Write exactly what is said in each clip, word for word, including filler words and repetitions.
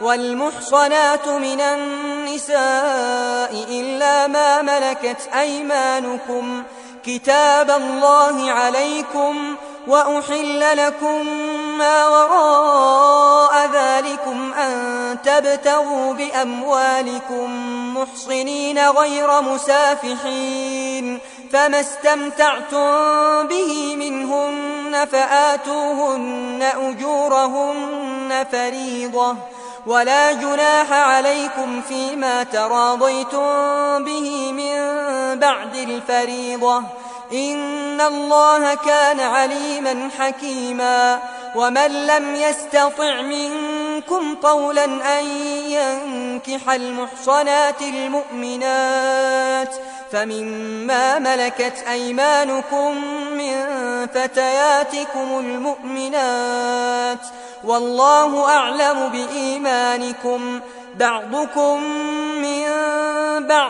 والمحصنات من النساء إلا ما ملكت أيمانكم كتاب الله عليكم، وأحل لكم ما وراء ذلكم أن تبتغوا بأموالكم محصنين غير مسافحين، فما استمتعتم به منهن فآتوهن أجورهن فريضة، ولا جناح عليكم فيما تراضيتم به من بعد الفريضة، إن الله كان عليما حكيما. ومن لم يستطع منكم طولا أن ينكح المحصنات المؤمنات فمما ملكت أيمانكم من فتياتكم المؤمنات، والله أعلم بإيمانكم، بعضكم من بعض،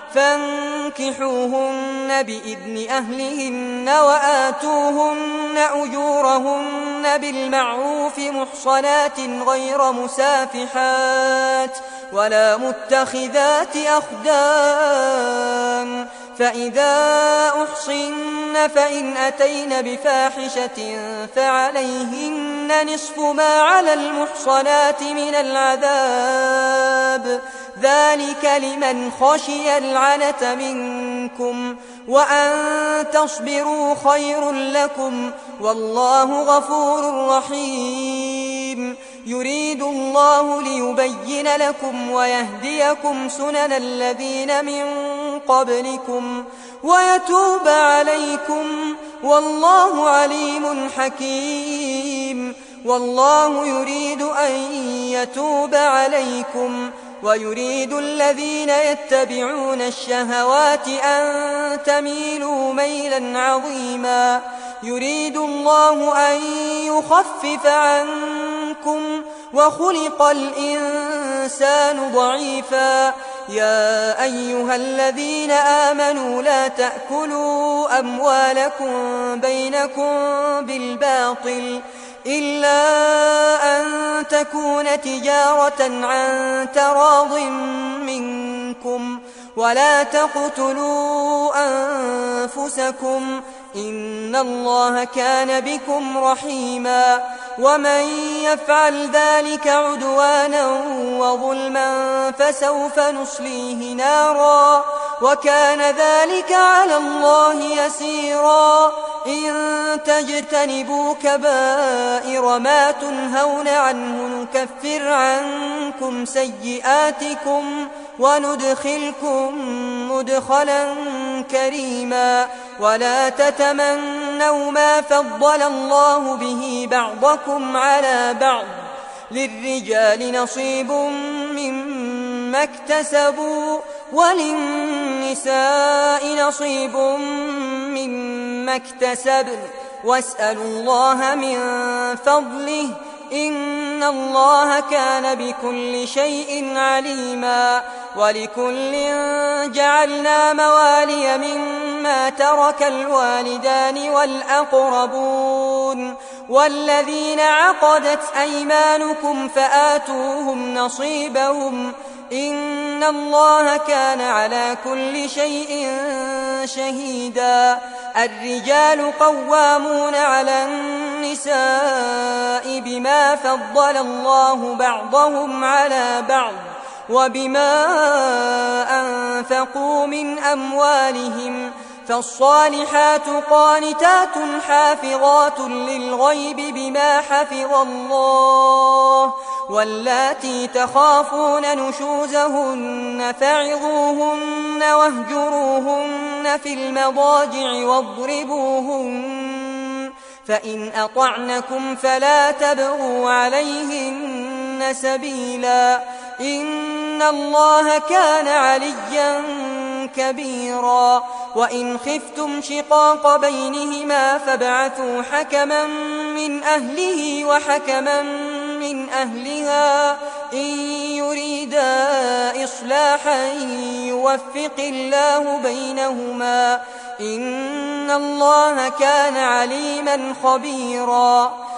فانكحوهن بإذن أهلهن وآتوهن أجورهن بالمعروف محصنات غير مسافحات ولا متخذات أخدان، فإذا أحصن فإن أتين بفاحشة فعليهن نصف ما على المحصنات من العذاب، ذلك لمن خشي العنة منكم، وأن تصبروا خير لكم، والله غفور رحيم. يريد الله ليبين لكم ويهديكم سنن الذين من قبلكم ويتوب عليكم، والله عليم حكيم. والله يريد أن يتوب عليكم، ويريد الذين يتبعون الشهوات أن تميلوا ميلا عظيما. يريد الله أن يخفف عنكم، وخلق الإنسان ضعيفا. يا أيها الذين آمنوا لا تأكلوا أموالكم بينكم بالباطل إلا أن تكون تجارة عن تراض منكم، ولا تقتلوا أنفسكم، إن الله كان بكم رحيما. ومن يفعل ذلك عدوانا وظلما فسوف نصليه نارا، وكان ذلك على الله يسيرا. إن تجتنبوا كبائر ما تنهون عنه نكفر عنكم سيئاتكم وندخلكم مدخلا كريما. ولا تتمنوا ما فضل الله به بعضكم على بعض، للرجال نصيب مما اكتسبوا وللنساء نصيب مما اكتسبن، واسألوا الله من فضله، إن الله كان بكل شيء عليما. ولكل جعلنا موالي مما ترك الوالدان والأقربون والذين عقدت أيمانكم فآتوهم نصيبهم، إن الله كان على كل شيء شهيدا. الرجال قوامون على النساء بما فضل الله بعضهم على بعض وبما أنفقوا من أموالهم، فالصالحات قانتات حافظات للغيب بما حفظ الله، واللاتي تخافون نشوزهن فعظوهن واهجروهن في المضاجع واضربوهن، فإن أطعنكم فلا تبغوا عليهن سبيلا، إن الله كان عليا كبيرا. وإن خفتم شقاق بينهما فابعثوا حكما من أهله وحكما من أهلها، إن يريدا إصلاحا يوفق الله بينهما، إن الله كان عليما خبيرا.